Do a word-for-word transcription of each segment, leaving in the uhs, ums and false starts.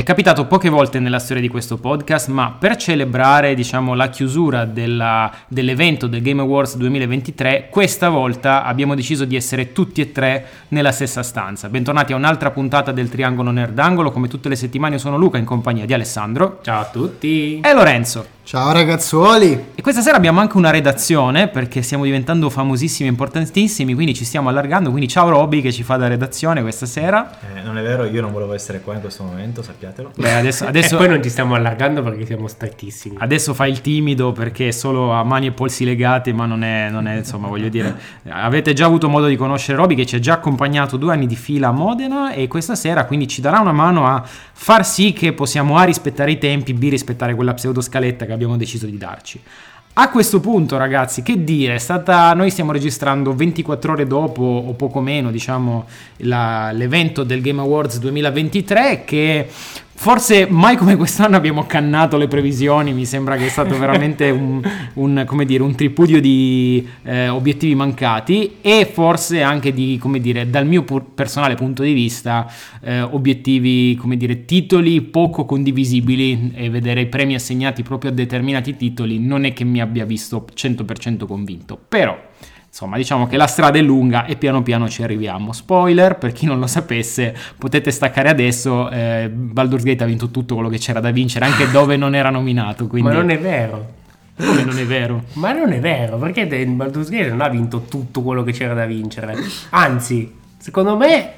capitato poche volte nella storia di questo podcast, ma per celebrare, diciamo, la chiusura della, dell'evento del Game Awards duemilaventitré, questa volta abbiamo deciso di essere tutti e tre nella stessa stanza. Bentornati a un'altra puntata del Triangolo Nerdangolo. Come tutte le settimane io sono Luca in compagnia di Alessandro. Ciao a tutti. E Lorenzo. Ciao ragazzuoli. E questa sera abbiamo anche una redazione, perché stiamo diventando famosissimi e importantissimi, quindi ci stiamo allargando. Quindi ciao Robby che ci fa da redazione questa sera. Eh, non è vero, io non volevo essere qua in questo momento, sappiatelo. Beh, adesso, adesso... E poi non ci stiamo allargando perché siamo strettissimi. Adesso fa il timido perché è solo a mani e polsi legati, ma non è, non è insomma, voglio dire, avete già avuto modo di conoscere Robby che ci ha già accompagnato due anni di fila a Modena, e questa sera quindi ci darà una mano a far sì che possiamo A rispettare i tempi, B rispettare quella pseudoscaletta che abbiamo deciso di darci. A questo punto, ragazzi, che dire, è stata, noi stiamo registrando ventiquattro ore dopo o poco meno, diciamo, la, l'evento del Game Awards duemilaventitré, che forse mai come quest'anno abbiamo cannato le previsioni. Mi sembra che è stato veramente un, un come dire, un tripudio di eh, obiettivi mancati, e forse anche di, come dire, dal mio pur personale punto di vista, eh, obiettivi, come dire, titoli poco condivisibili, e vedere i premi assegnati proprio a determinati titoli non è che mi abbia visto cento per cento convinto. Però insomma, diciamo che la strada è lunga e piano piano ci arriviamo. Spoiler, per chi non lo sapesse, potete staccare adesso, eh, Baldur's Gate ha vinto tutto quello che c'era da vincere, anche dove non era nominato, quindi... Ma non è vero. Come non è vero? Ma non è vero, perché Baldur's Gate non ha vinto tutto quello che c'era da vincere. Anzi, secondo me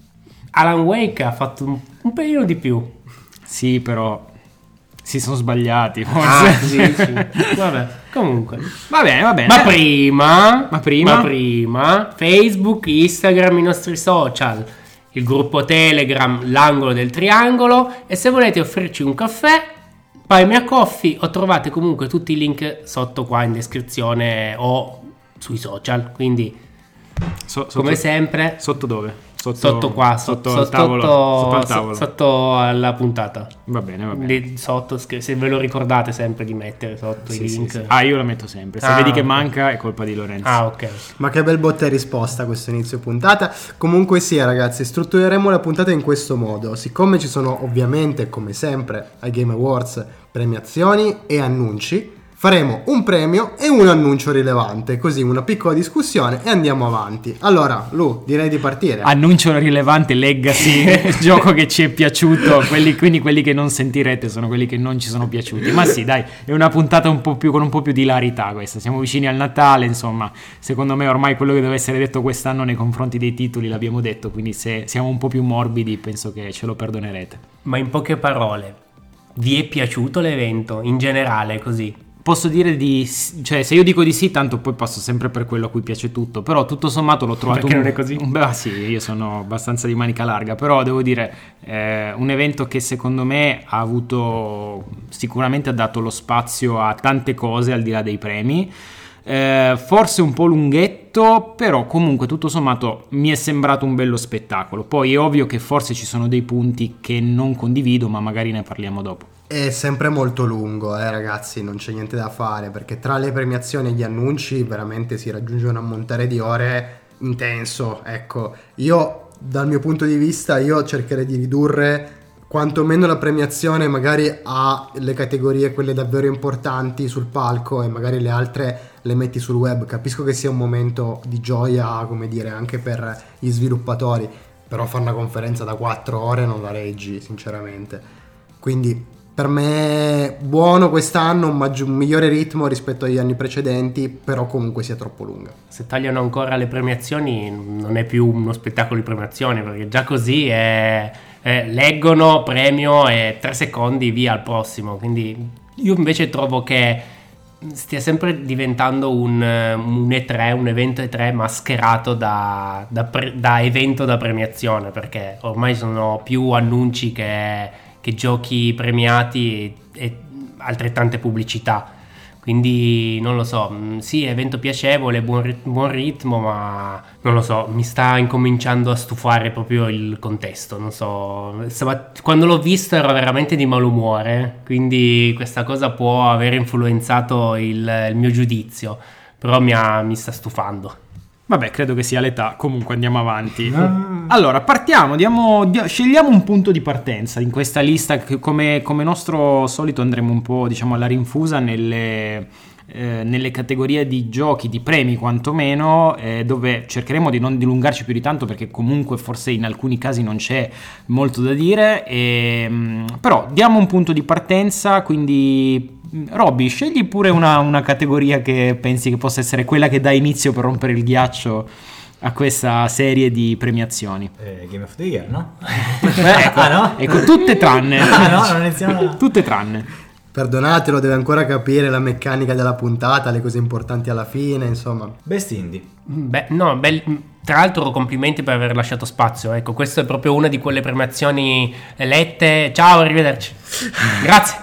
Alan Wake ha fatto un, un pelino di più. Sì, però si sono sbagliati forse. Ah, sì, sì. Vabbè, comunque. Va bene, va bene. Ma prima, ma prima, ma prima, Facebook, Instagram, i nostri social, il gruppo Telegram, l'angolo del triangolo, e se volete offrirci un caffè, Buy Me a Coffee, o trovate comunque tutti i link sotto qua in descrizione o sui social, quindi so, sotto, come sempre. Sotto dove? Sotto, sotto qua, sotto, sotto, al tavolo, sotto, sotto al tavolo. Sotto alla puntata. Va bene, va bene. Lì sotto, se ve lo ricordate sempre di mettere sotto sì, i sì, link. sì. Ah, io lo metto sempre. Se ah, vedi che okay. manca è colpa di Lorenzo. Ah, ok. Ma che bel botta e risposta questo inizio puntata. Comunque sia, ragazzi, struttureremo la puntata in questo modo. Siccome ci sono ovviamente, come sempre, ai Game Awards premiazioni e annunci, faremo un premio e un annuncio rilevante, così una piccola discussione e andiamo avanti. Allora, Lu, direi di partire. Annuncio rilevante, Legacy, gioco che ci è piaciuto, quelli, quindi quelli che non sentirete sono quelli che non ci sono piaciuti. Ma sì, dai, è una puntata un po' più con un po' più di hilarità questa. Siamo vicini al Natale, insomma, secondo me ormai quello che deve essere detto quest'anno nei confronti dei titoli l'abbiamo detto, quindi se siamo un po' più morbidi penso che ce lo perdonerete. Ma in poche parole, vi è piaciuto l'evento in generale, così? Posso dire di, cioè se io dico di sì tanto poi passo sempre per quello a cui piace tutto, però tutto sommato l'ho trovato perché un, non è così? Un, beh sì, io sono abbastanza di manica larga, però devo dire eh, un evento che secondo me ha avuto, sicuramente ha dato lo spazio a tante cose al di là dei premi, eh, forse un po' lunghetto, però comunque tutto sommato mi è sembrato un bello spettacolo. Poi è ovvio che forse ci sono dei punti che non condivido, ma magari ne parliamo dopo. È sempre molto lungo, eh ragazzi, non c'è niente da fare, perché tra le premiazioni e gli annunci veramente si raggiunge un ammontare di ore intenso. Ecco, io dal mio punto di vista io cercherei di ridurre quantomeno la premiazione magari alle categorie quelle davvero importanti sul palco, e magari le altre le metti sul web. Capisco che sia un momento di gioia, come dire, anche per gli sviluppatori, però fare una conferenza da quattro ore non la reggi sinceramente. Quindi per me buono quest'anno, un, maggi- un migliore ritmo rispetto agli anni precedenti, però comunque sia troppo lunga. Se tagliano ancora le premiazioni non è più uno spettacolo di premiazioni, perché già così è, è, leggono, premio e tre secondi via al prossimo. Quindi io invece trovo che stia sempre diventando un, un E tre, un evento E tre mascherato da, da, pre, da evento da premiazione, perché ormai sono più annunci che... che giochi premiati e, e altrettante pubblicità. Quindi non lo so, sì, evento piacevole, buon, rit- buon ritmo, ma non lo so, mi sta incominciando a stufare proprio il contesto, non so, quando l'ho visto ero veramente di malumore, quindi questa cosa può aver influenzato il, il mio giudizio, però mi, ha, mi sta stufando. Vabbè, credo che sia l'età, comunque andiamo avanti. Allora, partiamo, diamo, dia- scegliamo un punto di partenza in questa lista che come, come nostro solito andremo un po', diciamo, alla rinfusa nelle, eh, nelle categorie di giochi, di premi quantomeno, eh, dove cercheremo di non dilungarci più di tanto perché comunque forse in alcuni casi non c'è molto da dire, e, mh, però diamo un punto di partenza, quindi... Robby, scegli pure una, una categoria che pensi che possa essere quella che dà inizio per rompere il ghiaccio a questa serie di premiazioni. Eh, Game of the Year, no? Eh, ecco, ah, no? ecco, tutte tranne. Ah, no, non iniziamo. Tutte tranne. Perdonatelo, deve ancora capire la meccanica della puntata, le cose importanti alla fine, insomma. Best Indie. Beh, no, bel- tra l'altro complimenti per aver lasciato spazio. Ecco, questa è proprio una di quelle premiazioni lette. Ciao, arrivederci. Grazie.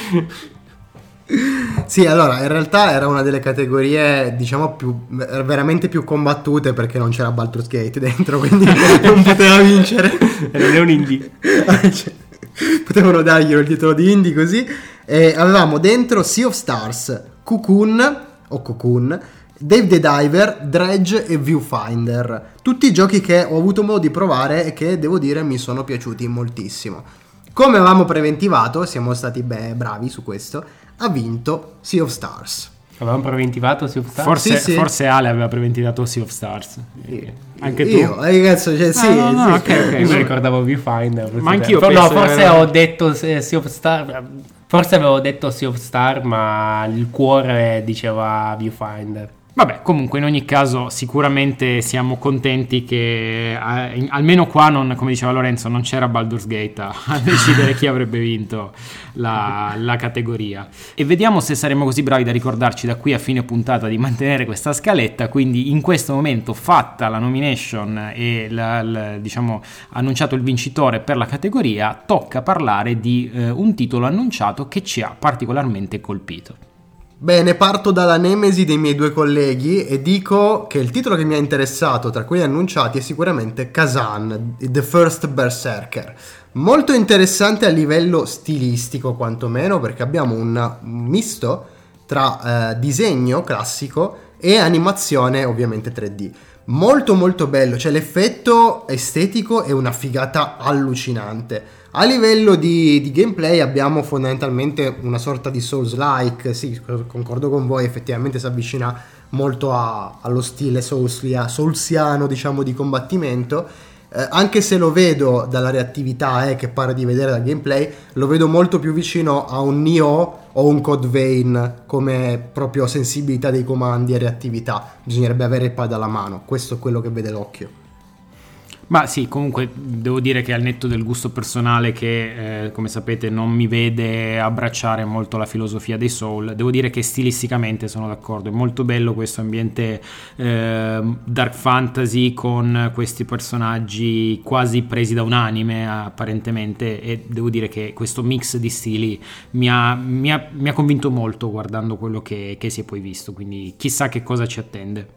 Sì, allora in realtà era una delle categorie diciamo più veramente più combattute perché non c'era Baldur's Gate dentro, quindi non poteva vincere. Non è un indie. Cioè, potevano darglielo il titolo di indie così. E avevamo dentro Sea of Stars, Cocoon o Cocoon, Dave the Diver, Dredge e Viewfinder. Tutti giochi che ho avuto modo di provare e che devo dire mi sono piaciuti moltissimo. Come avevamo preventivato, siamo stati beh, bravi su questo, ha vinto Sea of Stars. Avevamo preventivato Sea of Stars? Forse, Sì, sì. forse Ale aveva preventivato Sea of Stars. Io, Anche tu? Io, eh, cazzo, cioè, sì, Ah, no, no, sì. ok, ok. Io mi ricordavo Viewfinder. Ma anch'io No, penso forse di aver- ho detto eh, Sea of Star. Forse avevo detto Sea of Star, ma il cuore diceva Viewfinder. Vabbè, comunque in ogni caso sicuramente siamo contenti che eh, in- almeno qua, non, come diceva Lorenzo, non c'era Baldur's Gate a, a decidere chi avrebbe vinto la, la categoria. E vediamo se saremo così bravi da ricordarci da qui a fine puntata di mantenere questa scaletta. Quindi in questo momento, fatta la nomination e la, la, diciamo annunciato il vincitore per la categoria, tocca parlare di eh, un titolo annunciato che ci ha particolarmente colpito. Bene, parto dalla nemesi dei miei due colleghi e dico che il titolo che mi ha interessato tra quelli annunciati è sicuramente Kazan, The First Berserker. Molto interessante a livello stilistico quantomeno, perché abbiamo un misto tra eh, disegno classico e animazione ovviamente tre D. Molto molto bello, cioè l'effetto estetico è una figata allucinante. A livello di, di gameplay abbiamo fondamentalmente una sorta di Souls-like, sì, concordo con voi, effettivamente si avvicina molto a, allo stile soulsia, soulsiano, diciamo, di combattimento, eh, anche se lo vedo dalla reattività eh, che pare di vedere dal gameplay, lo vedo molto più vicino a un Nioh o un Code Vein come proprio sensibilità dei comandi e reattività. Bisognerebbe avere il pad alla mano, questo è quello che vede l'occhio. Ma sì, comunque devo dire che al netto del gusto personale che, eh, come sapete, non mi vede abbracciare molto la filosofia dei Soul, devo dire che stilisticamente sono d'accordo. È molto bello questo ambiente eh, dark fantasy con questi personaggi quasi presi da un anime apparentemente, e devo dire che questo mix di stili mi ha, mi ha, mi ha convinto molto guardando quello che, che si è poi visto, quindi chissà che cosa ci attende.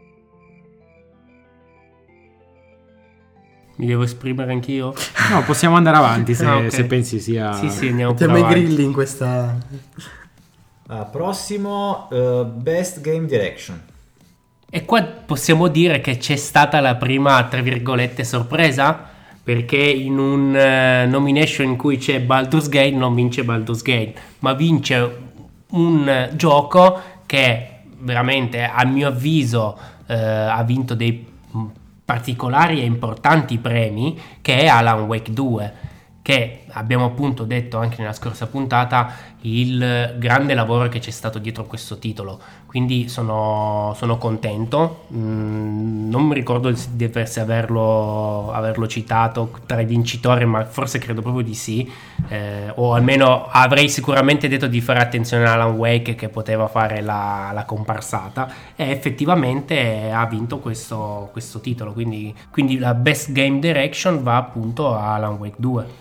Mi devo esprimere anch'io? No, possiamo andare avanti se, Ah, ok. se pensi sia... Sì, sì, andiamo pure Mettiamo i avanti. grilli in questa... Ah, prossimo, eh, Best Game Direction. E qua possiamo dire che c'è stata la prima, tra virgolette, sorpresa, perché in un eh, nomination in cui c'è Baldur's Gate non vince Baldur's Gate, ma vince un eh, gioco che veramente, a mio avviso, eh, ha vinto dei mh, particolari e importanti premi, che è Alan Wake due, che abbiamo appunto detto anche nella scorsa puntata il grande lavoro che c'è stato dietro questo titolo, quindi sono, sono contento. Mm, non mi ricordo di se averlo, averlo citato tra i vincitori, ma forse credo proprio di sì, eh, o almeno avrei sicuramente detto di fare attenzione a Alan Wake, che poteva fare la, la comparsata, e effettivamente ha vinto questo, questo titolo, quindi, quindi la Best Game Direction va appunto a Alan Wake due.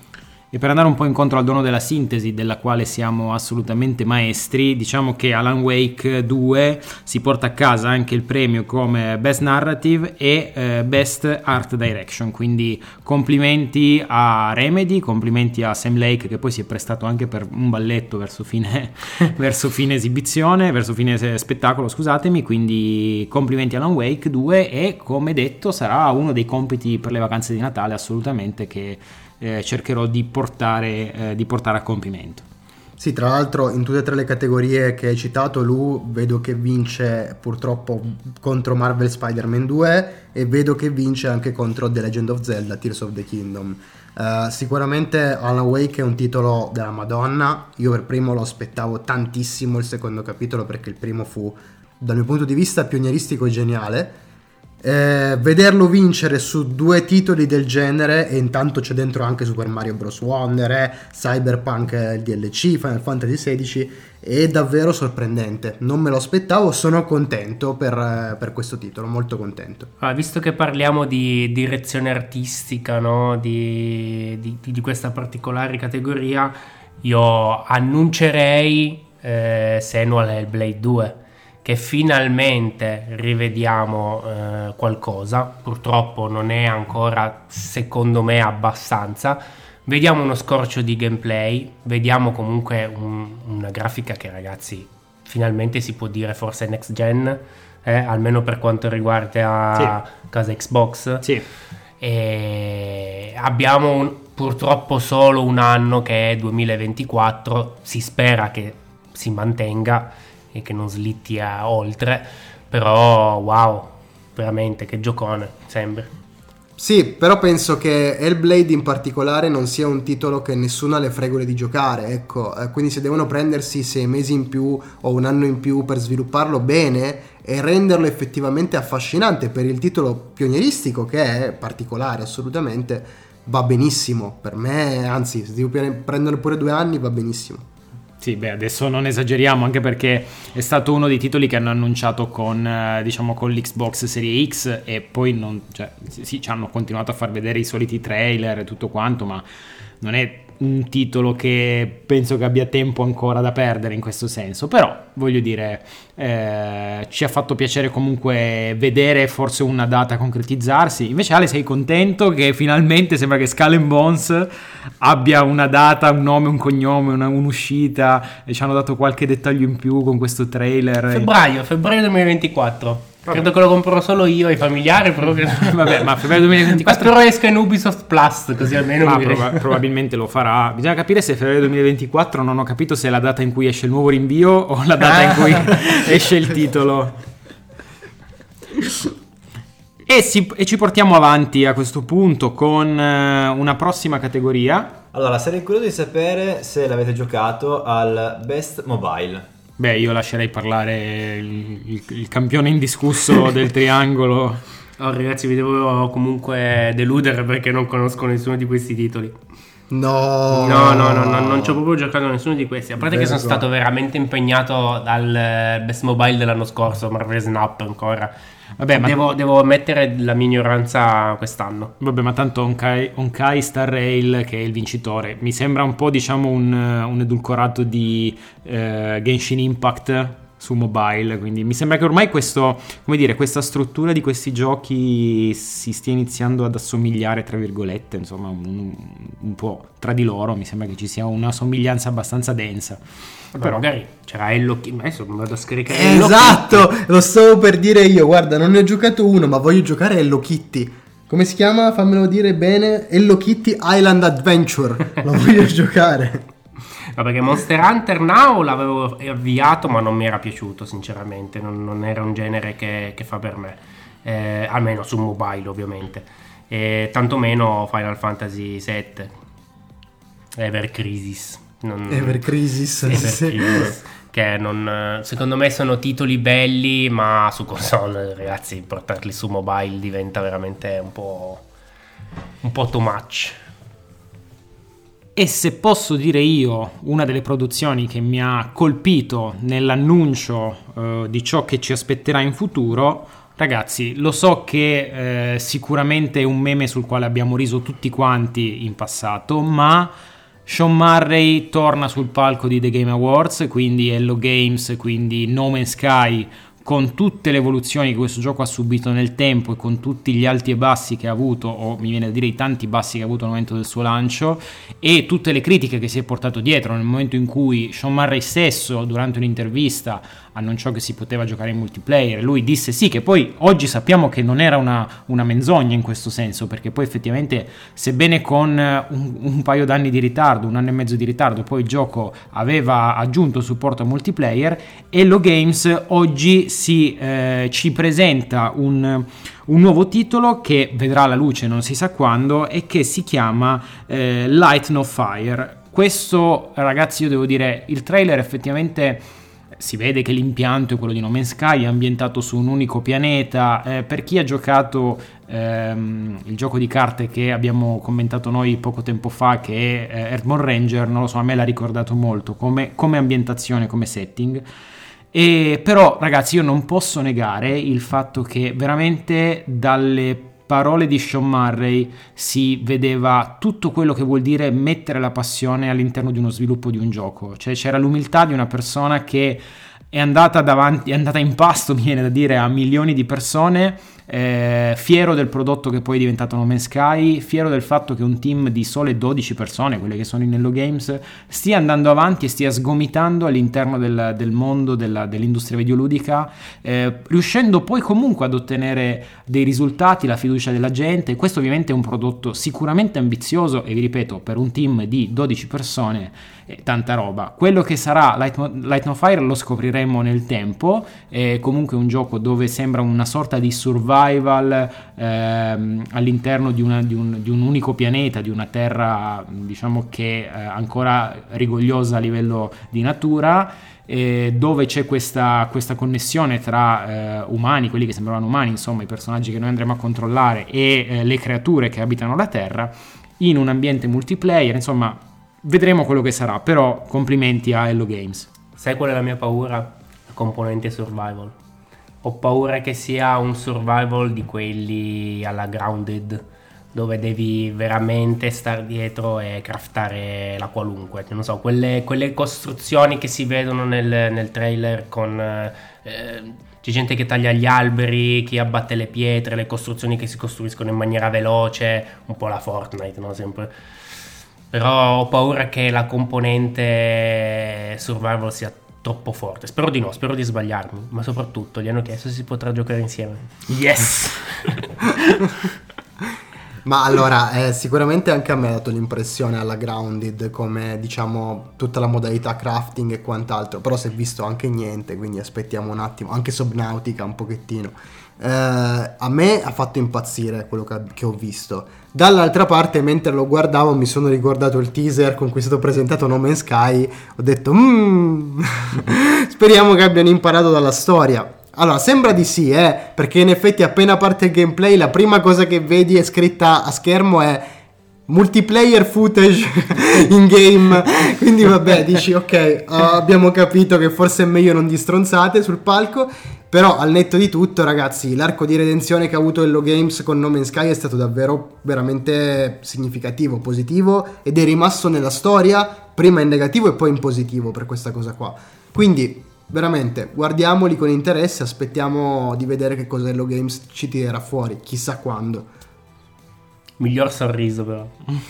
E per andare un po' incontro al dono della sintesi, della quale siamo assolutamente maestri, diciamo che Alan Wake due si porta a casa anche il premio come Best Narrative e eh, Best Art Direction, quindi complimenti a Remedy, complimenti a Sam Lake, che poi si è prestato anche per un balletto verso fine, verso fine esibizione, verso fine spettacolo, scusatemi, quindi complimenti a Alan Wake due, e come detto sarà uno dei compiti per le vacanze di Natale assolutamente che Eh, cercherò di portare, eh, di portare a compimento. Sì, tra l'altro in tutte e tre le categorie che hai citato, Lu, vedo che vince purtroppo contro Marvel Spider-Man due e vedo che vince anche contro The Legend of Zelda Tears of the Kingdom. Uh, sicuramente Alan Wake è un titolo della Madonna, io per primo lo aspettavo tantissimo il secondo capitolo, perché il primo fu dal mio punto di vista pionieristico e geniale. Eh, vederlo vincere su due titoli del genere, e intanto c'è dentro anche Super Mario Bros. Wonder, eh, Cyberpunk, eh, il D L C, Final Fantasy sedici, è davvero sorprendente, non me lo aspettavo, sono contento per, eh, per questo titolo, molto contento. Ah, visto che parliamo di direzione artistica, no? di, di, di questa particolare categoria, io annuncerei eh, Senua Hellblade due, che finalmente rivediamo eh, qualcosa. Purtroppo non è ancora, secondo me, abbastanza. Vediamo uno scorcio di gameplay, vediamo comunque un, una grafica che, ragazzi, finalmente si può dire forse next gen, eh, almeno per quanto riguarda sì. casa Xbox. Sì. E abbiamo un, purtroppo solo un anno, che è duemilaventiquattro, si spera che si mantenga e che non slitti a oltre, però wow, veramente che giocone sembra. Sì, però penso che Hellblade in particolare non sia un titolo che nessuno ha le fregole di giocare, ecco, eh, quindi se devono prendersi sei mesi in più o un anno in più per svilupparlo bene e renderlo effettivamente affascinante per il titolo pionieristico che è, particolare assolutamente, va benissimo per me, anzi se devo prendere pure due anni va benissimo. Sì, beh, adesso non esageriamo, anche perché è stato uno dei titoli che hanno annunciato con, eh, diciamo, con l'Xbox Series X, e poi non, cioè, sì, ci hanno continuato a far vedere i soliti trailer e tutto quanto, ma non è un titolo che penso che abbia tempo ancora da perdere in questo senso. Però voglio dire, eh, ci ha fatto piacere comunque vedere forse una data concretizzarsi. Invece Ale, sei contento che finalmente sembra che Skull and Bones abbia una data, un nome, un cognome, una, un'uscita, e ci hanno dato qualche dettaglio in più con questo trailer? Febbraio, febbraio duemilaventiquattro. Credo che lo comprerò solo io, i familiari proprio. Vabbè, ma febbraio duemilaventiquattro. Ma spero esca in Ubisoft Plus, così almeno ma mi proba- probabilmente lo farà. Bisogna capire se febbraio duemilaventiquattro, non ho capito se è la data in cui esce il nuovo rinvio o la data in cui esce il titolo. E, si, e ci portiamo avanti a questo punto con uh, una prossima categoria. Allora, sarei curioso di sapere se l'avete giocato al Best Mobile. Beh, io lascerei parlare il, il, il campione indiscusso del triangolo. Oh, ragazzi, vi devo comunque deludere perché non conosco nessuno di questi titoli. No, no, no, no, no non ci ho proprio giocato a nessuno di questi. A parte Vergo. che sono stato veramente impegnato dal Best Mobile dell'anno scorso, Marvel Snap ancora. Vabbè, ma devo, devo ammettere la mia ignoranza quest'anno. Vabbè, ma tanto Honkai, Honkai Star Rail, che è il vincitore, mi sembra un po', diciamo, un, un edulcorato di eh, Genshin Impact su mobile, quindi mi sembra che ormai questo, come dire, questa struttura di questi giochi si stia iniziando ad assomigliare, tra virgolette, insomma, un, un po' tra di loro. Mi sembra che ci sia una somiglianza abbastanza densa. Però, però magari c'era Hello Kitty, adesso mi vado a scaricare Hello Esatto, Kitty. Lo stavo per dire io, guarda, non ne ho giocato uno, ma voglio giocare Hello Kitty. Come si chiama? Fammelo dire bene. Hello Kitty Island Adventure. Lo voglio giocare. No, perché Monster Hunter Now l'avevo avviato, ma non mi era piaciuto sinceramente, non, non era un genere che, che fa per me, eh, almeno su mobile ovviamente, e tantomeno Final Fantasy sette, Ever Crisis. Non, Ever Crisis, Ever sì. Crisis che non, secondo me sono titoli belli, ma su console, ragazzi, portarli su mobile diventa veramente un po' un po' too much. E se posso dire io, una delle produzioni che mi ha colpito nell'annuncio eh, di ciò che ci aspetterà in futuro, ragazzi, lo so che eh, sicuramente è un meme sul quale abbiamo riso tutti quanti in passato, ma Sean Murray torna sul palco di The Game Awards, quindi Hello Games, quindi No Man's Sky, con tutte le evoluzioni che questo gioco ha subito nel tempo e con tutti gli alti e bassi che ha avuto, o mi viene da dire i tanti bassi che ha avuto al momento del suo lancio, e tutte le critiche che si è portato dietro nel momento in cui Sean Murray stesso, durante un'intervista, annunciò che si poteva giocare in multiplayer. Lui disse sì, che poi oggi sappiamo che non era una, una menzogna in questo senso, perché poi effettivamente, sebbene con un, un paio d'anni di ritardo, un anno e mezzo di ritardo, poi il gioco aveva aggiunto supporto a multiplayer, Hello Games oggi si eh, ci presenta un, un nuovo titolo che vedrà la luce non si sa quando e che si chiama eh, Light No Fire. Questo, ragazzi, io devo dire, il trailer effettivamente si vede che l'impianto è quello di No Man's Sky, è ambientato su un unico pianeta. Eh, per chi ha giocato ehm, il gioco di carte che abbiamo commentato noi poco tempo fa, che è eh, Earthborn Ranger, non lo so, a me l'ha ricordato molto come, come ambientazione, come setting. E però, ragazzi, io non posso negare il fatto che veramente dalle parole di Sean Murray si vedeva tutto quello che vuol dire mettere la passione all'interno di uno sviluppo di un gioco. Cioè c'era l'umiltà di una persona che è andata davanti, è andata in pasto, mi viene da dire, a milioni di persone, eh, fiero del prodotto che poi è diventato No Man's Sky, fiero del fatto che un team di sole dodici persone, quelle che sono in Hello Games, stia andando avanti e stia sgomitando all'interno del, del mondo della, dell'industria videoludica, eh, riuscendo poi comunque ad ottenere dei risultati, la fiducia della gente. Questo ovviamente è un prodotto sicuramente ambizioso e, vi ripeto, per un team di dodici persone è tanta roba. Quello che sarà Light, Light No Fire lo scopriremo nel tempo. È comunque un gioco dove sembra una sorta di survival ehm, all'interno di, una, di, un, di un unico pianeta, di una terra, diciamo che eh, ancora rigogliosa a livello di natura, eh, dove c'è questa, questa connessione tra eh, umani, quelli che sembravano umani, insomma i personaggi che noi andremo a controllare, e eh, le creature che abitano la terra, in un ambiente multiplayer. Insomma, vedremo quello che sarà, però complimenti a Hello Games. Sai qual è la mia paura? La componente survival. Ho paura che sia un survival di quelli alla Grounded, dove devi veramente star dietro e craftare la qualunque. Non so, quelle, quelle costruzioni che si vedono nel, nel trailer con eh, c'è gente che taglia gli alberi, chi abbatte le pietre, le costruzioni che si costruiscono in maniera veloce, un po' la Fortnite, no? Sempre. Però ho paura che la componente survival sia troppo forte. Spero di no, spero di sbagliarmi, ma soprattutto gli hanno chiesto se si potrà giocare insieme. Yes! Ma allora, eh, sicuramente anche a me ha dato l'impressione alla Grounded, come diciamo tutta la modalità crafting e quant'altro, però si è visto anche niente, quindi aspettiamo un attimo, anche Subnautica un pochettino. Eh, a me ha fatto impazzire quello che, che ho visto. Dall'altra parte, mentre lo guardavo, mi sono ricordato il teaser con cui è stato presentato No Man's Sky, ho detto mmm, speriamo che abbiano imparato dalla storia. Allora, sembra di sì, eh, perché in effetti appena parte il gameplay la prima cosa che vedi è scritta a schermo è multiplayer footage in game, quindi vabbè, dici ok, uh, abbiamo capito che forse è meglio non di stronzate sul palco. Però al netto di tutto, ragazzi, l'arco di redenzione che ha avuto Hello Games con No Man's Sky è stato davvero veramente significativo, positivo, ed è rimasto nella storia, prima in negativo e poi in positivo per questa cosa qua. Quindi veramente guardiamoli con interesse, aspettiamo di vedere che cosa Hello Games ci tirerà fuori, chissà quando. Miglior sorriso però.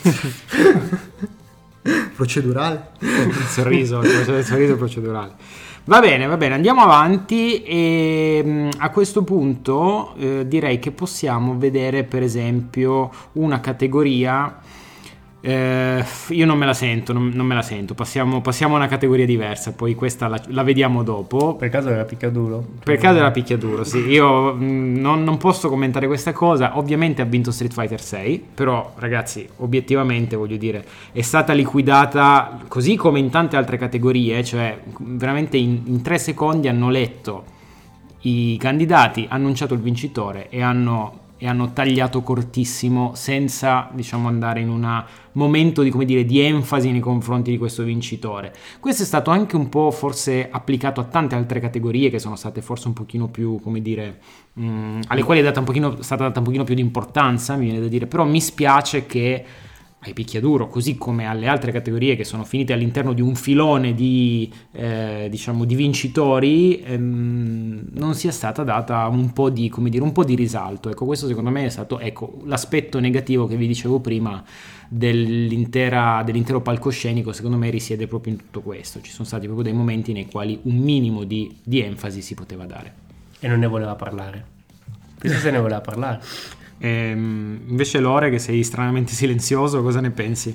Procedurale. Il sorriso, il sorriso procedurale. Va bene, va bene, andiamo avanti e mh, a questo punto eh, direi che possiamo vedere per esempio una categoria. Eh, io non me la sento, non, non me la sento. Passiamo, passiamo a una categoria diversa, poi questa la, la vediamo dopo. Per caso era picchiaduro? Per caso era picchiaduro, sì. Io mh, non, non posso commentare questa cosa. Ovviamente ha vinto Street Fighter sei, però ragazzi, obiettivamente voglio dire, è stata liquidata così come in tante altre categorie, cioè veramente in, in tre secondi hanno letto i candidati, annunciato il vincitore e hanno... e hanno tagliato cortissimo senza, diciamo, andare in un momento di, come dire, di enfasi nei confronti di questo vincitore. Questo è stato anche un po' forse applicato a tante altre categorie che sono state forse un pochino più, come dire, mh, alle quali è data un pochino, stata data un pochino più di importanza, mi viene da dire, però mi spiace che ai picchiaduro, così come alle altre categorie che sono finite all'interno di un filone di, eh, diciamo, di vincitori, ehm, non sia stata data un po' di, come dire, un po' di risalto. Ecco, questo secondo me è stato, ecco, l'aspetto negativo che vi dicevo prima dell'intera, dell'intero palcoscenico. Secondo me risiede proprio in tutto questo. Ci sono stati proprio dei momenti nei quali un minimo di, di enfasi si poteva dare. E non ne voleva parlare. Penso se ne voleva parlare. Ehm, invece Lore, che sei stranamente silenzioso, cosa ne pensi?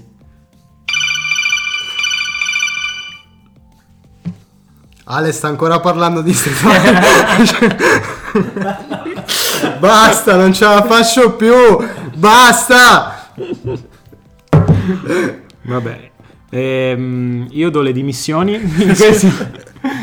Ale sta ancora parlando di Street Fighter. Basta, non ce la faccio più. Basta. Vabbè, ehm, io do le dimissioni in questi...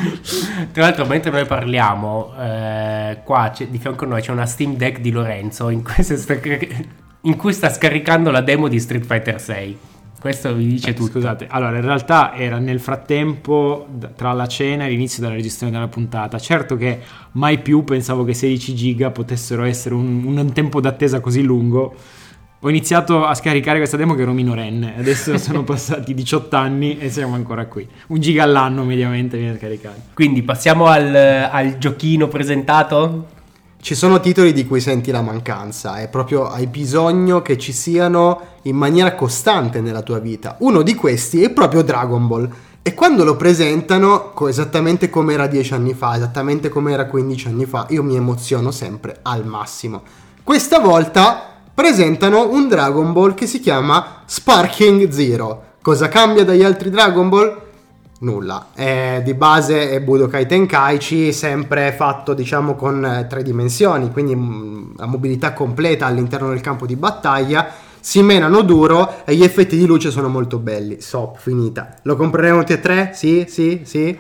Tra l'altro, mentre noi parliamo, eh, qua c'è, di fianco a noi c'è una Steam Deck di Lorenzo in cui, sta, in cui sta scaricando la demo di Street Fighter sei. Questo vi dice eh, tutto. Scusate, allora in realtà era nel frattempo tra la cena e l'inizio della registrazione della puntata. Certo che mai più pensavo che sedici giga potessero essere un, un tempo d'attesa così lungo. Ho iniziato a scaricare questa demo che ero minorenne, adesso sono passati diciotto anni e siamo ancora qui. Un giga all'anno mediamente viene scaricato. Quindi passiamo al, al giochino presentato? Ci sono titoli di cui senti la mancanza, è proprio hai bisogno che ci siano in maniera costante nella tua vita. Uno di questi è proprio Dragon Ball. E quando lo presentano, co- esattamente come era dieci anni fa, esattamente come era quindici anni fa, io mi emoziono sempre al massimo. Questa volta presentano un Dragon Ball che si chiama Sparking Zero. Cosa cambia dagli altri Dragon Ball? Nulla. È, di base è Budokai Tenkaichi, sempre fatto diciamo con eh, tre dimensioni, quindi mh, la mobilità completa all'interno del campo di battaglia. Si menano duro e gli effetti di luce sono molto belli. So, finita. Lo compreremo tutti e tre? Sì, sì, sì.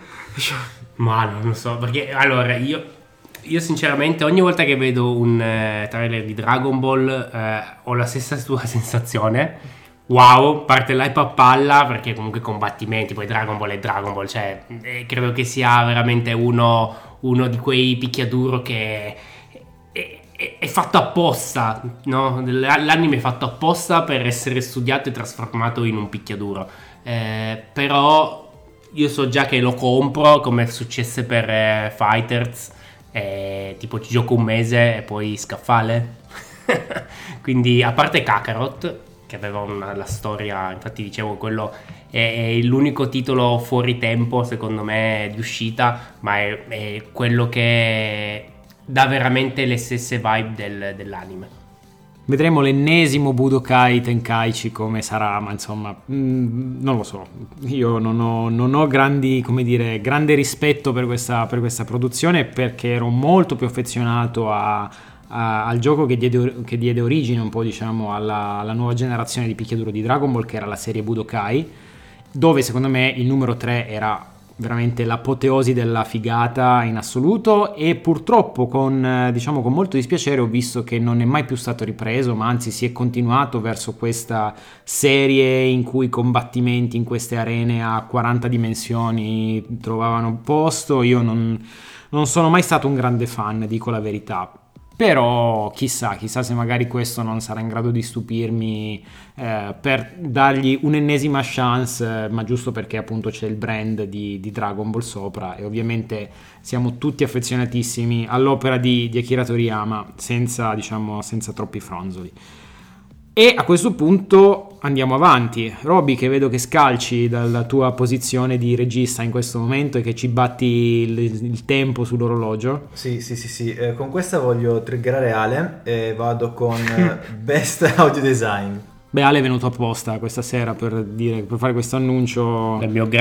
Ma non lo so, perché allora io... Io sinceramente ogni volta che vedo un eh, trailer di Dragon Ball eh, ho la stessa tua sensazione. Wow, parte l'hype a palla, perché comunque combattimenti, poi Dragon Ball è Dragon Ball, cioè eh, credo che sia veramente uno, uno di quei picchiaduro che è, è, è fatto apposta, no? L'anime è fatto apposta per essere studiato e trasformato in un picchiaduro, eh, però io so già che lo compro, come successe per eh, Fighters. Eh, tipo ci gioco un mese e poi scaffale. Quindi a parte Kakarot, che aveva una, la storia, infatti dicevo quello è, è l'unico titolo fuori tempo secondo me di uscita, ma è, è quello che dà veramente le stesse vibe del, dell'anime. Vedremo l'ennesimo Budokai Tenkaichi come sarà, ma insomma, mh, non lo so. Io non ho, non ho grandi, come dire, grande rispetto per questa, per questa produzione, perché ero molto più affezionato a, a, al gioco che diede, che diede origine un po', diciamo, alla, alla nuova generazione di picchiaduro di Dragon Ball, che era la serie Budokai, dove secondo me il numero tre era veramente l'apoteosi della figata in assoluto, e purtroppo con, diciamo, con molto dispiacere ho visto che non è mai più stato ripreso, ma anzi si è continuato verso questa serie in cui i combattimenti in queste arene a quaranta dimensioni trovavano posto. Io non, non sono mai stato un grande fan, dico la verità. Però chissà, chissà se magari questo non sarà in grado di stupirmi, eh, per dargli un'ennesima chance, eh, ma giusto perché appunto c'è il brand di, di Dragon Ball sopra, e ovviamente siamo tutti affezionatissimi all'opera di, di Akira Toriyama, senza, diciamo, senza troppi fronzoli. E a questo punto andiamo avanti. Roby, che vedo che scalci dalla tua posizione di regista in questo momento e che ci batti il, il tempo sull'orologio. Sì, sì, sì, sì. Eh, con questa voglio triggerare Ale e vado con Best Audio Design. Beh, Ale è venuto apposta questa sera per, dire, per fare questo annuncio. Il mio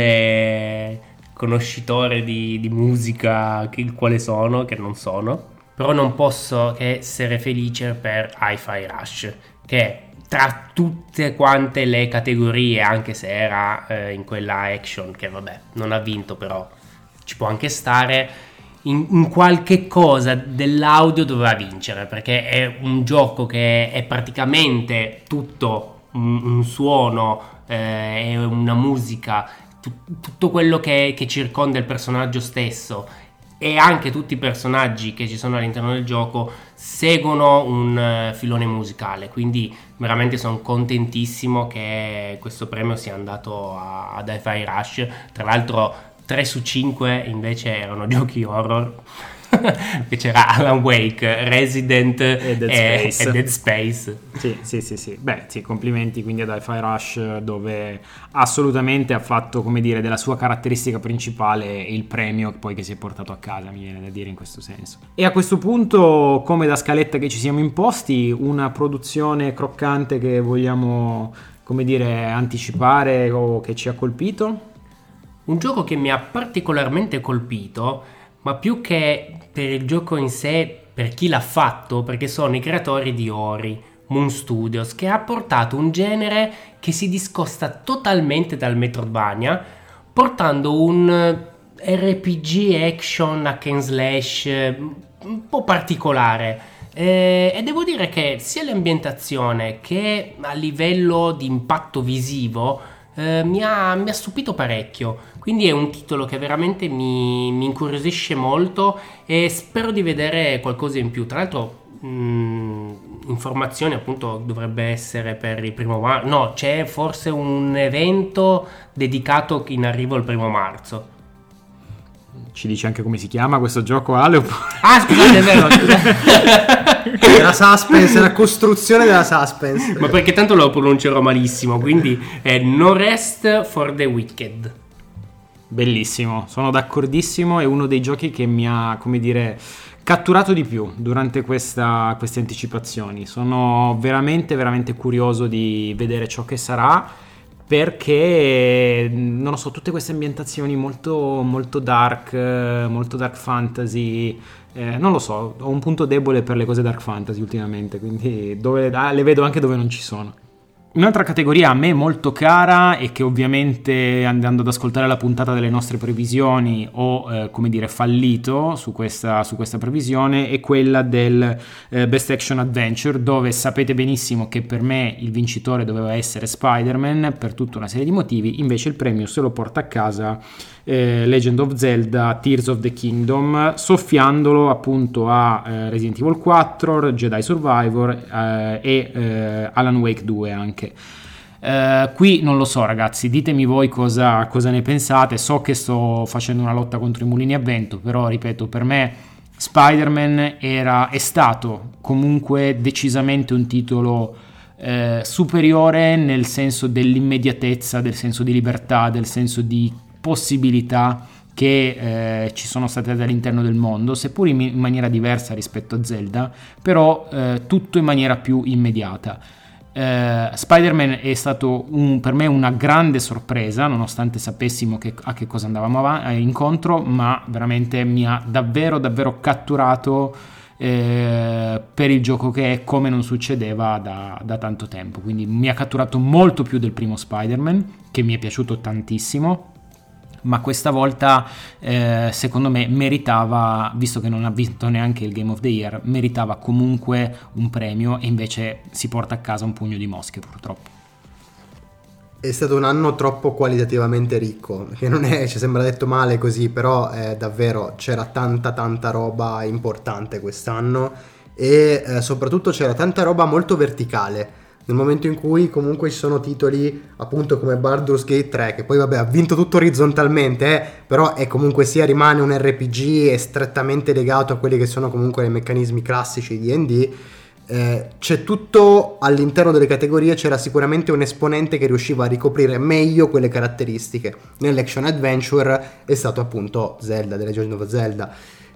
grande conoscitore di, di musica, il quale sono, che non sono. Però non posso che essere felice per Hi-Fi Rush, che tra tutte quante le categorie, anche se era eh, in quella action, che vabbè non ha vinto, però ci può anche stare, in, in qualche cosa dell'audio doveva vincere, perché è un gioco che è praticamente tutto un, un suono, eh, è una musica, tu, tutto quello che, che circonda il personaggio stesso e anche tutti i personaggi che ci sono all'interno del gioco seguono un uh, filone musicale, quindi veramente sono contentissimo che questo premio sia andato a, ad Hi-Fi Rush. Tra l'altro tre su cinque invece erano giochi horror, che c'era Alan Wake, Resident e Dead, e, Space. E Dead Space. Sì, sì, sì, sì. Beh, sì, complimenti quindi ad Hi-Fi Rush, dove assolutamente ha fatto, come dire, della sua caratteristica principale il premio poi che si è portato a casa, mi viene da dire in questo senso. E a questo punto, come da scaletta che ci siamo imposti, una produzione croccante che vogliamo, come dire, anticipare o che ci ha colpito? Un gioco che mi ha particolarmente colpito, ma più che per il gioco in sé, per chi l'ha fatto, perché sono i creatori di Ori, Moon Studios, che ha portato un genere che si discosta totalmente dal Metroidvania, portando un R P G action hack and slash un po' particolare. Eh, e devo dire che sia l'ambientazione che a livello di impatto visivo eh, mi ha, mi ha stupito parecchio. Quindi è un titolo che veramente mi, mi incuriosisce molto e spero di vedere qualcosa in più. Tra l'altro mh, informazioni appunto dovrebbe essere per il primo marzo. No, c'è forse un evento dedicato in arrivo il primo marzo. Ci dici anche come si chiama questo gioco, Ale? Ah, scusate, è vero. La suspense, la costruzione della suspense. Ma perché tanto lo pronuncerò malissimo, quindi è No Rest for the Wicked. Bellissimo, sono d'accordissimo, è uno dei giochi che mi ha, come dire, catturato di più durante questa, queste anticipazioni. Sono veramente, veramente curioso di vedere ciò che sarà, perché, non lo so, tutte queste ambientazioni molto, molto dark, molto dark fantasy, eh, non lo so, ho un punto debole per le cose dark fantasy ultimamente, quindi dove, ah, le vedo anche dove non ci sono. Un'altra categoria a me molto cara e che ovviamente, andando ad ascoltare la puntata delle nostre previsioni, ho eh, come dire fallito su questa, su questa previsione, è quella del eh, Best Action Adventure, dove sapete benissimo che per me il vincitore doveva essere Spider-Man per tutta una serie di motivi. Invece il premio se lo porta a casa eh, Legend of Zelda Tears of the Kingdom, soffiandolo appunto a eh, Resident Evil quattro, Jedi Survivor eh, e eh, Alan Wake due anche. Uh, qui non lo so ragazzi, ditemi voi cosa, cosa ne pensate. So che sto facendo una lotta contro i mulini a vento, però ripeto, per me Spider-Man era, è stato comunque decisamente un titolo eh, superiore nel senso dell'immediatezza, del senso di libertà, del senso di possibilità che eh, ci sono state all'interno del mondo, seppur in, in maniera diversa rispetto a Zelda, però eh, tutto in maniera più immediata. Uh, Spider-Man è stato un, per me una grande sorpresa, nonostante sapessimo che, a che cosa andavamo av- incontro, ma veramente mi ha davvero davvero catturato eh, per il gioco che è, come non succedeva da, da tanto tempo. Quindi mi ha catturato molto più del primo Spider-Man, che mi è piaciuto tantissimo, ma questa volta eh, secondo me meritava, visto che non ha vinto neanche il Game of the Year, meritava comunque un premio, e invece si porta a casa un pugno di mosche purtroppo. È stato un anno troppo qualitativamente ricco, che non è, ci sembra detto male così, però eh, davvero c'era tanta tanta roba importante quest'anno, e eh, soprattutto c'era tanta roba molto verticale. Nel momento in cui comunque ci sono titoli appunto come Baldur's Gate tre, che poi vabbè ha vinto tutto orizzontalmente, eh, però è comunque sia, rimane un R P G, è strettamente legato a quelli che sono comunque i meccanismi classici di D and D, eh, c'è tutto all'interno delle categorie, c'era sicuramente un esponente che riusciva a ricoprire meglio quelle caratteristiche. Nell'action adventure è stato appunto Zelda, The Legend of Zelda.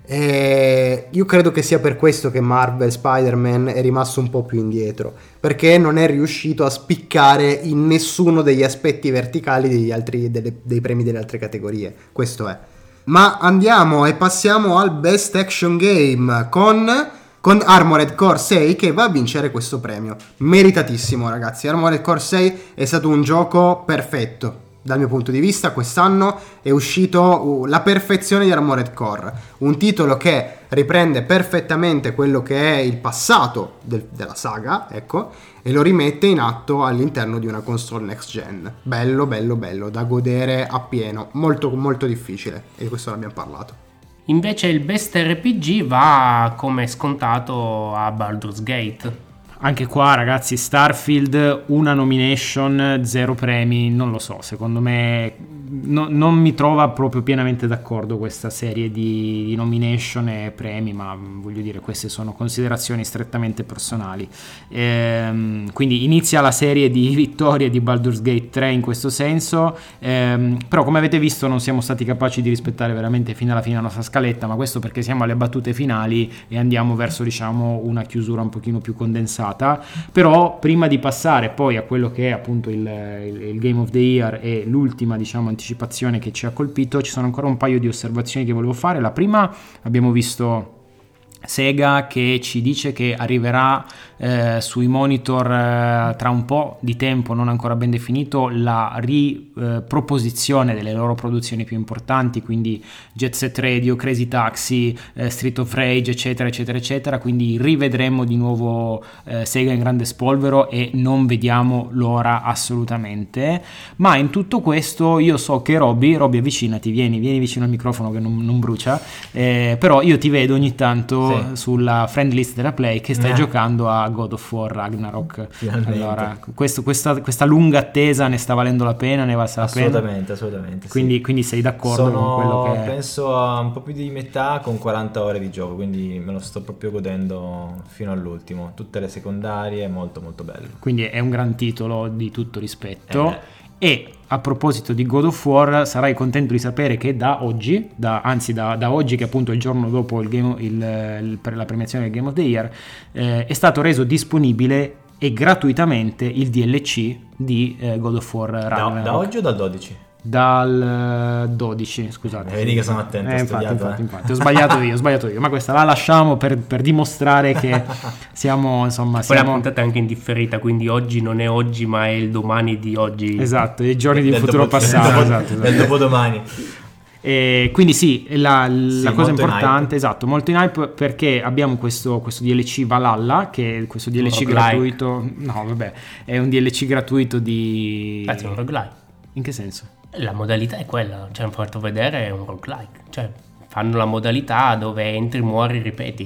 E io credo che sia per questo che Marvel Spider-Man è rimasto un po' più indietro, perché non è riuscito a spiccare in nessuno degli aspetti verticali degli altri, delle, dei premi delle altre categorie. Questo è. Ma andiamo e passiamo al Best Action Game con, con Armored Core sei, che va a vincere questo premio. Meritatissimo ragazzi, Armored Core sei è stato un gioco perfetto. Dal mio punto di vista quest'anno è uscito la perfezione di Armored Core, un titolo che riprende perfettamente quello che è il passato del, della saga, ecco, e lo rimette in atto all'interno di una console next gen. Bello, bello, bello, da godere appieno, molto molto difficile, e di questo ne abbiamo parlato. Invece il Best R P G va come scontato a Baldur's Gate. Anche qua, ragazzi, Starfield, una nomination, zero premi, non lo so, secondo me no, non mi trova proprio pienamente d'accordo questa serie di, di nomination e premi, ma voglio dire, queste sono considerazioni strettamente personali. Ehm, quindi inizia la serie di vittorie di Baldur's Gate tre in questo senso, ehm, però come avete visto non siamo stati capaci di rispettare veramente fino alla fine la nostra scaletta, ma questo perché siamo alle battute finali e andiamo verso, diciamo, una chiusura un pochino più condensata. Però prima di passare poi a quello che è appunto il, il, il Game of the Year e l'ultima, diciamo, anticipazione che ci ha colpito, ci sono ancora un paio di osservazioni che volevo fare. La prima, abbiamo visto Sega che ci dice che arriverà eh, sui monitor eh, tra un po' di tempo, non ancora ben definito, la riproposizione eh, delle loro produzioni più importanti, quindi Jet Set Radio, Crazy Taxi, eh, Street of Rage, eccetera eccetera eccetera. Quindi rivedremo di nuovo eh, Sega in grande spolvero e non vediamo l'ora assolutamente. Ma in tutto questo io so che Robby, Robby avvicinati, vieni, vieni vicino al microfono che non, non brucia, eh, però io ti vedo ogni tanto sulla friend list della Play che stai eh. giocando a God of War Ragnarok. Finalmente. Allora, questo, questa, questa lunga attesa ne sta valendo la pena, ne valsa la pena? Assolutamente, assolutamente. Quindi, sì. quindi sei d'accordo Sono, con quello che penso a un po' più di metà con quaranta ore di gioco, quindi me lo sto proprio godendo fino all'ultimo. Tutte le secondarie, molto molto bello. Quindi è un gran titolo di tutto rispetto. Eh. E a proposito di God of War, sarai contento di sapere che da oggi, da, anzi da, da oggi che appunto è il giorno dopo il game, il, il, per la premiazione del Game of the Year, eh, è stato reso disponibile e gratuitamente il D L C di eh, God of War Ragnarok. Da, da oggi o dal dodici? Dal dodici, scusate. Eh, vedi che sono attento, eh, ho infatti, studiato, infatti, eh. infatti, ho sbagliato io, ho sbagliato io, ma questa la lasciamo per, per dimostrare che siamo, insomma, Poi siamo... la puntata è anche indifferita, quindi oggi non è oggi, ma è il domani di oggi. Esatto, i giorni di Del futuro dopo- passato, del dopo- esatto, esatto. del dopodomani. E quindi sì, la, la Sì, cosa molto in importante, hype. esatto, molto in hype, perché abbiamo questo, questo D L C Valhalla, che è questo D L C roguelike. gratuito, no vabbè, è un D L C gratuito di... Anzi, è un roguelike. In che senso? La modalità è quella, cioè hanno fatto vedere è un roguelike, cioè fanno la modalità dove entri, muori, ripeti.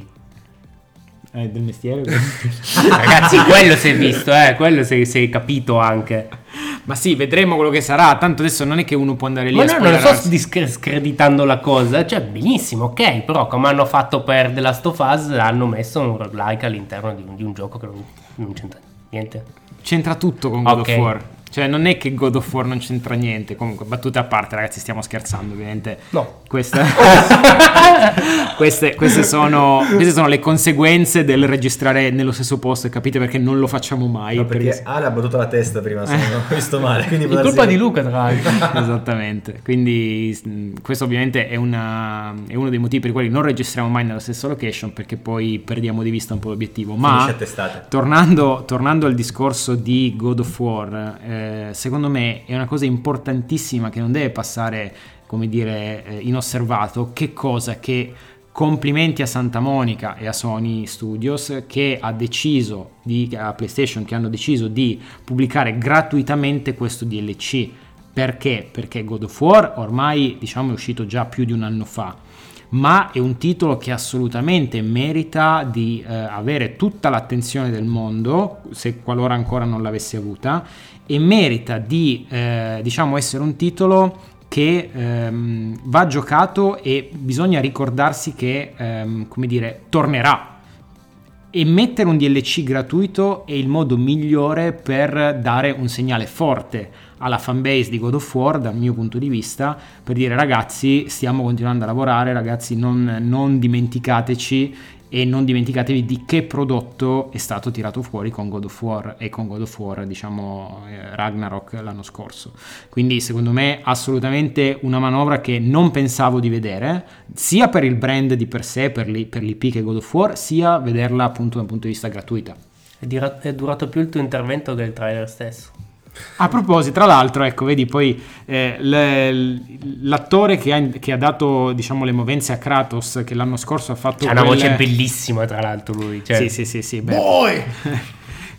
È del mestiere? Ragazzi, quello si è visto, eh, quello si si è capito anche. Ma sì, vedremo quello che sarà, tanto adesso non è che uno può andare lì Ma a no, non spoilerarsi. sto discre- screditando la cosa, cioè benissimo, ok, però come hanno fatto per The Last of Us hanno messo un roguelike all'interno di un, di un gioco che non, non c'entra niente. C'entra tutto con God Ok. of War. Cioè non è che God of War non c'entra niente. Comunque, battute a parte, ragazzi, stiamo scherzando ovviamente. No. Queste, queste, queste, sono, queste sono le conseguenze del registrare nello stesso posto. E capite perché non lo facciamo mai? No, perché perché- Ale ha battuto la testa prima, se non ho visto male. Quindi È può colpa darsi- di Luca, tra l'altro. Esattamente, quindi mh, questo ovviamente è, una, è uno dei motivi per i quali non registriamo mai nella stessa location, perché poi perdiamo di vista un po' l'obiettivo. Ma Finisce a testate. tornando, tornando al discorso di God of War, eh, secondo me è una cosa importantissima che non deve passare, come dire, eh, inosservato. Che cosa? Che complimenti a Santa Monica e a Sony Studios, che ha deciso di, a PlayStation, che hanno deciso di pubblicare gratuitamente questo D L C. Perché? Perché God of War ormai, diciamo, è uscito già più di un anno fa, ma è un titolo che assolutamente merita di eh, avere tutta l'attenzione del mondo, se qualora ancora non l'avesse avuta, e merita di, eh, diciamo, essere un titolo che ehm, va giocato, e bisogna ricordarsi che, ehm, come dire, tornerà. E mettere un D L C gratuito è il modo migliore per dare un segnale forte alla fanbase di God of War, dal mio punto di vista, per dire: ragazzi, stiamo continuando a lavorare, ragazzi, non, non dimenticateci, e non dimenticatevi di che prodotto è stato tirato fuori con God of War e con God of War, diciamo, eh, Ragnarok l'anno scorso. Quindi secondo me assolutamente una manovra che non pensavo di vedere, sia per il brand di per sé, per l'I P che God of War, sia vederla appunto dal punto di vista gratuita. È, dira- è durato più il tuo intervento che il trailer stesso. A proposito, tra l'altro, ecco, vedi poi eh, le- l'attore che ha, che ha dato, diciamo, le movenze a Kratos, che l'anno scorso ha fatto C'ha una quelle- voce bellissima, tra l'altro, lui. Cioè, Sì, sì, sì, sì, beh.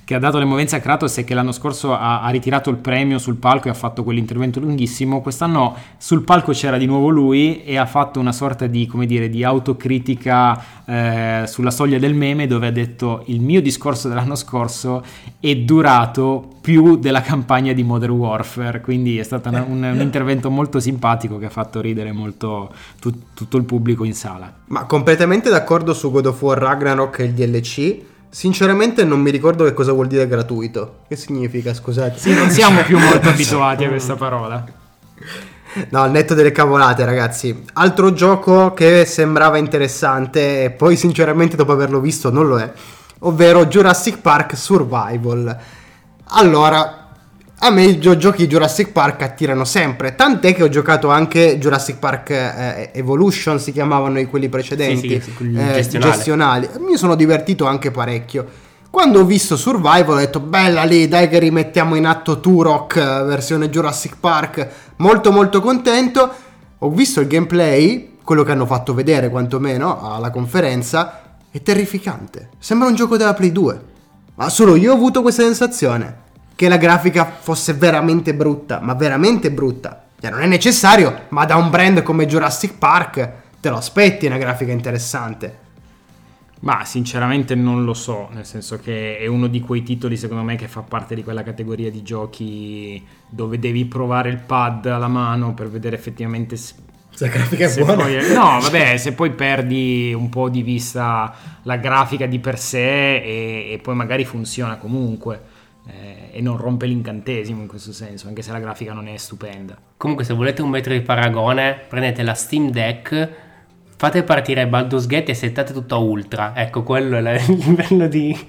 che ha dato le movenze a Kratos e che l'anno scorso ha, ha ritirato il premio sul palco e ha fatto quell'intervento lunghissimo. Quest'anno sul palco c'era di nuovo lui e ha fatto una sorta di, come dire, di autocritica eh, sulla soglia del meme, dove ha detto: il mio discorso dell'anno scorso è durato più della campagna di Modern Warfare. Quindi è stato una, un, un intervento molto simpatico che ha fatto ridere molto tut, tutto il pubblico in sala. Ma completamente d'accordo su God of War Ragnarok e il D L C. Sinceramente non mi ricordo che cosa vuol dire gratuito. Che significa, scusate? Sì, non siamo più molto abituati a questa parola. No, al netto delle cavolate, ragazzi. Altro gioco che sembrava interessante e poi sinceramente dopo averlo visto non lo è, ovvero Jurassic Park Survival. Allora, a me i gio- giochi Jurassic Park attirano sempre, tant'è che ho giocato anche Jurassic Park eh, Evolution, si chiamavano quelli precedenti, sì, sì, sì, eh, gestionale. gestionali. Mi sono divertito anche parecchio. Quando ho visto Survival ho detto: bella lì, dai che rimettiamo in atto Turok versione Jurassic Park. Molto molto contento. Ho visto il gameplay, quello che hanno fatto vedere quantomeno alla conferenza, è terrificante. Sembra un gioco della Play due. Ma solo io ho avuto questa sensazione, che la grafica fosse veramente brutta, ma veramente brutta. Cioè, non è necessario, ma da un brand come Jurassic Park te lo aspetti una grafica interessante. Ma sinceramente non lo so, nel senso che è uno di quei titoli secondo me che fa parte di quella categoria di giochi dove devi provare il pad alla mano per vedere effettivamente se, se la grafica è se buona. Poi, no, vabbè, se poi perdi un po' di vista la grafica di per sé e, e poi magari funziona comunque eh, e non rompe l'incantesimo in questo senso, anche se la grafica non è stupenda. Comunque, se volete un metro di paragone, prendete la Steam Deck, fate partire Baldur's Gate e settate tutto a ultra. Ecco, quello è il livello di,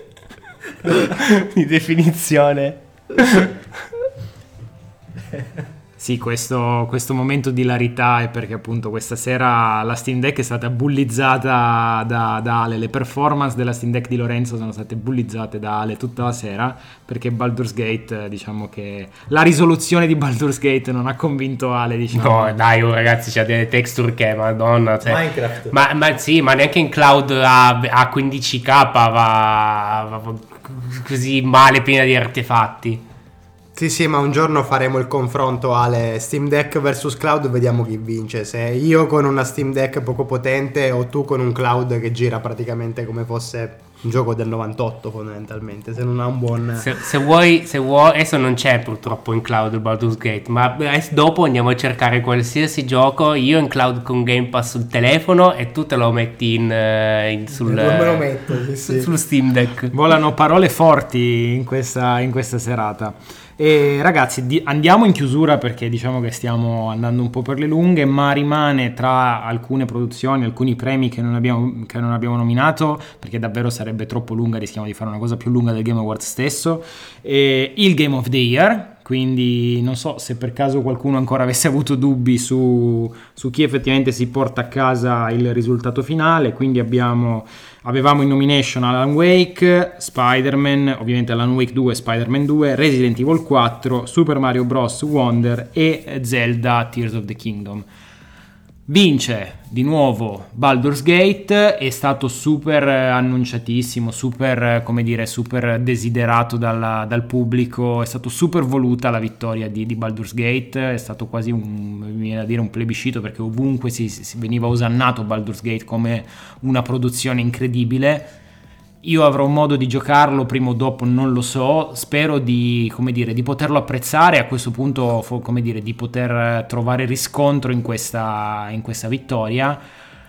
di definizione. Sì, questo, questo momento di hilarità è perché appunto questa sera la Steam Deck è stata bullizzata da, da Ale. Le performance della Steam Deck di Lorenzo sono state bullizzate da Ale tutta la sera, perché Baldur's Gate, diciamo che la risoluzione di Baldur's Gate non ha convinto Ale, diciamo. No, dai, oh, ragazzi, c'ha delle texture che, madonna, cioè, Minecraft. ma, ma sì, ma neanche in cloud a, a quindici K va, va così male, piena di artefatti. Sì, sì, ma un giorno faremo il confronto Ale Steam Deck versus cloud, vediamo chi vince. Se io con una Steam Deck poco potente o tu con un cloud che gira praticamente come fosse un gioco del novantotto fondamentalmente, se non ha un buon... Se, se vuoi, se vuoi, adesso non c'è purtroppo in cloud il Baldur's Gate, ma dopo andiamo a cercare qualsiasi gioco, io in cloud con Game Pass sul telefono e tu te lo metti in, in sul, non me lo metto, sì, sì. sul Steam Deck. Volano parole forti in questa, in questa serata. E ragazzi, di, andiamo in chiusura perché diciamo che stiamo andando un po' per le lunghe, ma rimane tra alcune produzioni, alcuni premi che non abbiamo, che non abbiamo nominato, perché davvero sarebbe troppo lunga, rischiamo di fare una cosa più lunga del Game Awards stesso, e il Game of the Year. Quindi non so se per caso qualcuno ancora avesse avuto dubbi su, su chi effettivamente si porta a casa il risultato finale. Quindi abbiamo, avevamo in nomination Alan Wake, Spider-Man, ovviamente Alan Wake due, Spider-Man due, Resident Evil quattro, Super Mario Bros. Wonder e Zelda Tears of the Kingdom. Vince di nuovo Baldur's Gate, è stato super annunciatissimo, super, come dire, super desiderato dalla, dal pubblico, è stato super voluta la vittoria di, di Baldur's Gate, è stato quasi un, mi viene a dire un plebiscito, perché ovunque si, si veniva osannato Baldur's Gate come una produzione incredibile. Io avrò modo di giocarlo prima o dopo, non lo so, spero di, come dire, di poterlo apprezzare, a questo punto, come dire, di poter trovare riscontro in questa, in questa vittoria.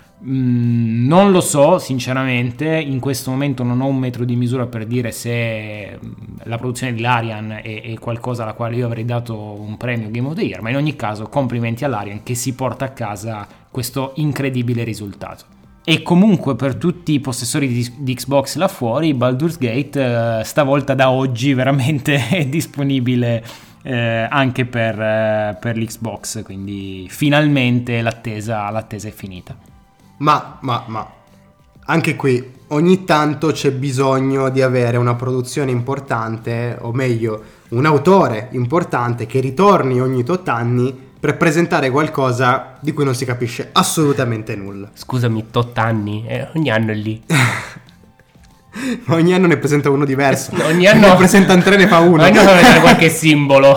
Mm, non lo so sinceramente, in questo momento non ho un metro di misura per dire se la produzione di Larian è, è qualcosa alla quale io avrei dato un premio Game of the Year, ma in ogni caso complimenti a Larian che si porta a casa questo incredibile risultato. E comunque per tutti i possessori di, di Xbox là fuori, Baldur's Gate eh, stavolta da oggi veramente è disponibile eh, anche per, eh, per l'Xbox, quindi finalmente l'attesa, l'attesa è finita. Ma, ma, ma, anche qui ogni tanto c'è bisogno di avere una produzione importante, o meglio, un autore importante che ritorni ogni tot anni per presentare qualcosa di cui non si capisce assolutamente nulla. Scusami, tot anni, eh, ogni anno è lì. Ogni anno ne presenta uno diverso. Ogni anno ne presentano tre, ne fa uno. Ogni anno fa vedere qualche simbolo.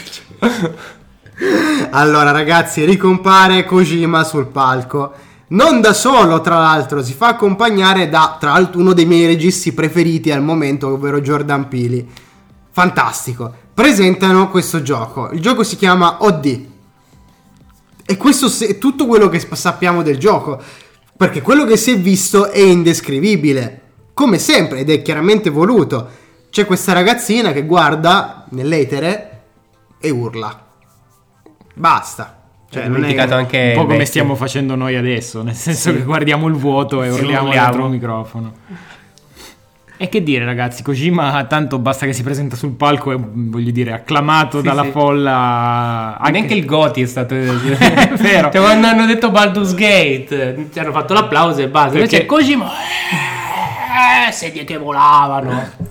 Allora ragazzi, ricompare Kojima sul palco. Non da solo, tra l'altro, si fa accompagnare da, tra l'altro, uno dei miei registi preferiti al momento, ovvero Jordan Peele. Fantastico. Presentano questo gioco. Il gioco si chiama O D. E questo è tutto quello che sappiamo del gioco. Perché quello che si è visto è indescrivibile. Come sempre, ed è chiaramente voluto. C'è questa ragazzina che guarda nell'etere e urla. Basta. Cioè, ho dimenticato è... anche un po' come Bestia. stiamo facendo noi adesso, nel senso Sì. che guardiamo il vuoto e Sì, urliamo urliamo. dentro il microfono. E che dire, ragazzi, Kojima tanto basta che si presenta sul palco e, voglio dire, acclamato Sì, dalla sì. folla. Anche... Neanche il Goti è stato È vero. Cioè, quando hanno detto Baldur's Gate ci hanno fatto l'applauso e basta. Perché- Invece Kojima eh, sedie che volavano.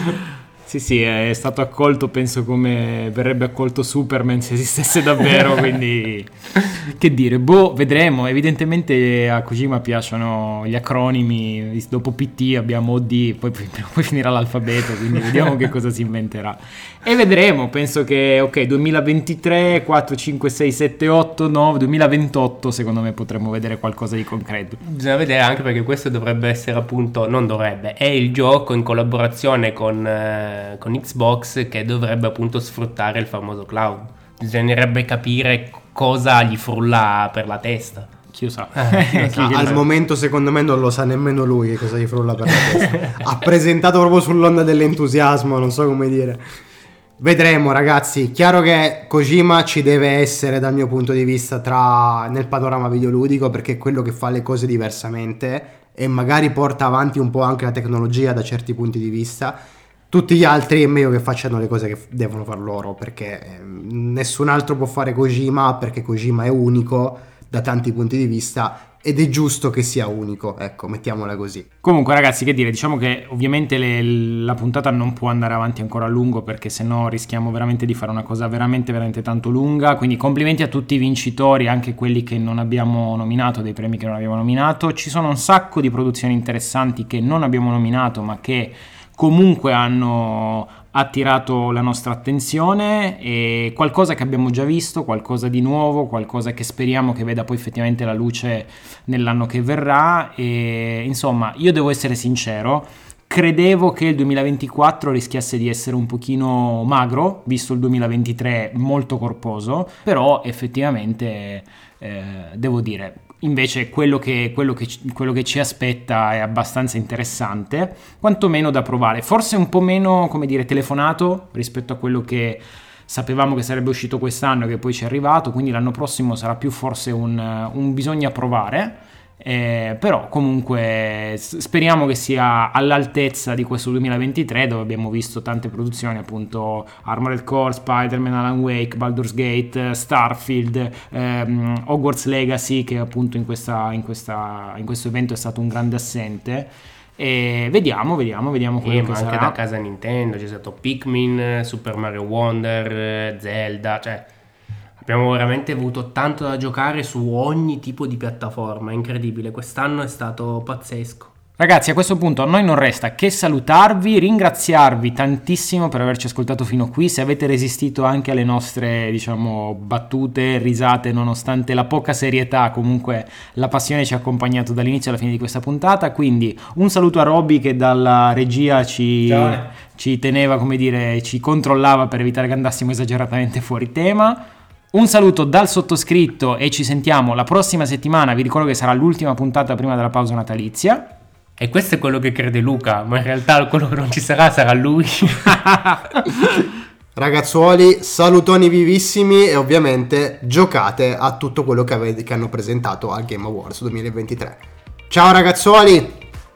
Sì, sì, è stato accolto, penso come verrebbe accolto Superman se esistesse davvero, quindi che dire, boh, vedremo. Evidentemente a Kojima piacciono gli acronimi, dopo P T abbiamo O D, poi, poi finirà l'alfabeto, quindi vediamo che cosa si inventerà. E vedremo, penso che, ok, duemilaventitré, quattro, cinque, sei, sette, otto, nove, duemilaventotto secondo me potremmo vedere qualcosa di concreto. Bisogna vedere anche perché questo dovrebbe essere appunto, non dovrebbe, è il gioco in collaborazione con, eh, con Xbox che dovrebbe appunto sfruttare il famoso cloud. Bisognerebbe capire cosa gli frulla per la testa. Chi lo sa? Eh, Chi- Ah, chi lo al sa? momento secondo me non lo sa nemmeno lui che cosa gli frulla per la testa. Ha presentato proprio sull'onda dell'entusiasmo, non so come dire. Vedremo ragazzi, chiaro che Kojima ci deve essere dal mio punto di vista tra nel panorama videoludico, perché è quello che fa le cose diversamente e magari porta avanti un po' anche la tecnologia da certi punti di vista. Tutti gli altri è meglio che facciano le cose che devono far loro, perché ehm, nessun altro può fare Kojima, perché Kojima è unico da tanti punti di vista ed è giusto che sia unico, ecco, mettiamola così. Comunque ragazzi, che dire, diciamo che ovviamente le- la puntata non può andare avanti ancora a lungo, perché sennò rischiamo veramente di fare una cosa veramente veramente tanto lunga, quindi complimenti a tutti i vincitori, anche quelli che non abbiamo nominato, dei premi che non abbiamo nominato. Ci sono un sacco di produzioni interessanti che non abbiamo nominato ma che comunque hanno attirato la nostra attenzione, e qualcosa che abbiamo già visto, qualcosa di nuovo, qualcosa che speriamo che veda poi effettivamente la luce nell'anno che verrà. E insomma, io devo essere sincero, credevo che il duemilaventiquattro rischiasse di essere un pochino magro, visto il duemilaventitré molto corposo, però effettivamente eh, devo dire, invece quello che, quello, che, quello che ci aspetta è abbastanza interessante, quantomeno da provare, forse un po' meno, come dire, telefonato rispetto a quello che sapevamo che sarebbe uscito quest'anno e che poi ci è arrivato, quindi l'anno prossimo sarà più forse un, un bisogna provare. Eh, però comunque s- speriamo che sia all'altezza di questo duemilaventitré, dove abbiamo visto tante produzioni, appunto Armored Core, Spider-Man, Alan Wake, Baldur's Gate, Starfield, ehm, Hogwarts Legacy, che appunto in, questa, in, questa, in questo evento è stato un grande assente. E vediamo, vediamo, vediamo quello E che ma anche sarà. da casa Nintendo c'è stato Pikmin, Super Mario Wonder, Zelda, cioè abbiamo veramente avuto tanto da giocare su ogni tipo di piattaforma, è incredibile, quest'anno è stato pazzesco. Ragazzi, a questo punto a noi non resta che salutarvi, ringraziarvi tantissimo per averci ascoltato fino qui, se avete resistito anche alle nostre, diciamo, battute, risate, nonostante la poca serietà, comunque la passione ci ha accompagnato dall'inizio alla fine di questa puntata, quindi un saluto a Robby che dalla regia ci, Ciao. ci teneva, come dire, ci controllava per evitare che andassimo esageratamente fuori tema. Un saluto dal sottoscritto e ci sentiamo la prossima settimana, vi ricordo che sarà l'ultima puntata prima della pausa natalizia. E questo è quello che crede Luca, ma in realtà quello che non ci sarà sarà lui. Ragazzuoli, salutoni vivissimi e ovviamente giocate a tutto quello che, avete, che hanno presentato al Game Awards duemilaventitré. Ciao ragazzuoli!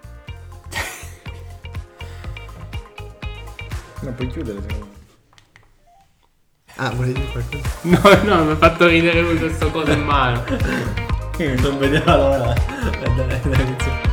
Non puoi chiudere secondo me. Ah, volevi dire qualcosa? No, no, mi ha fatto ridere lui questo coso in mano. Non vedevo l'ora.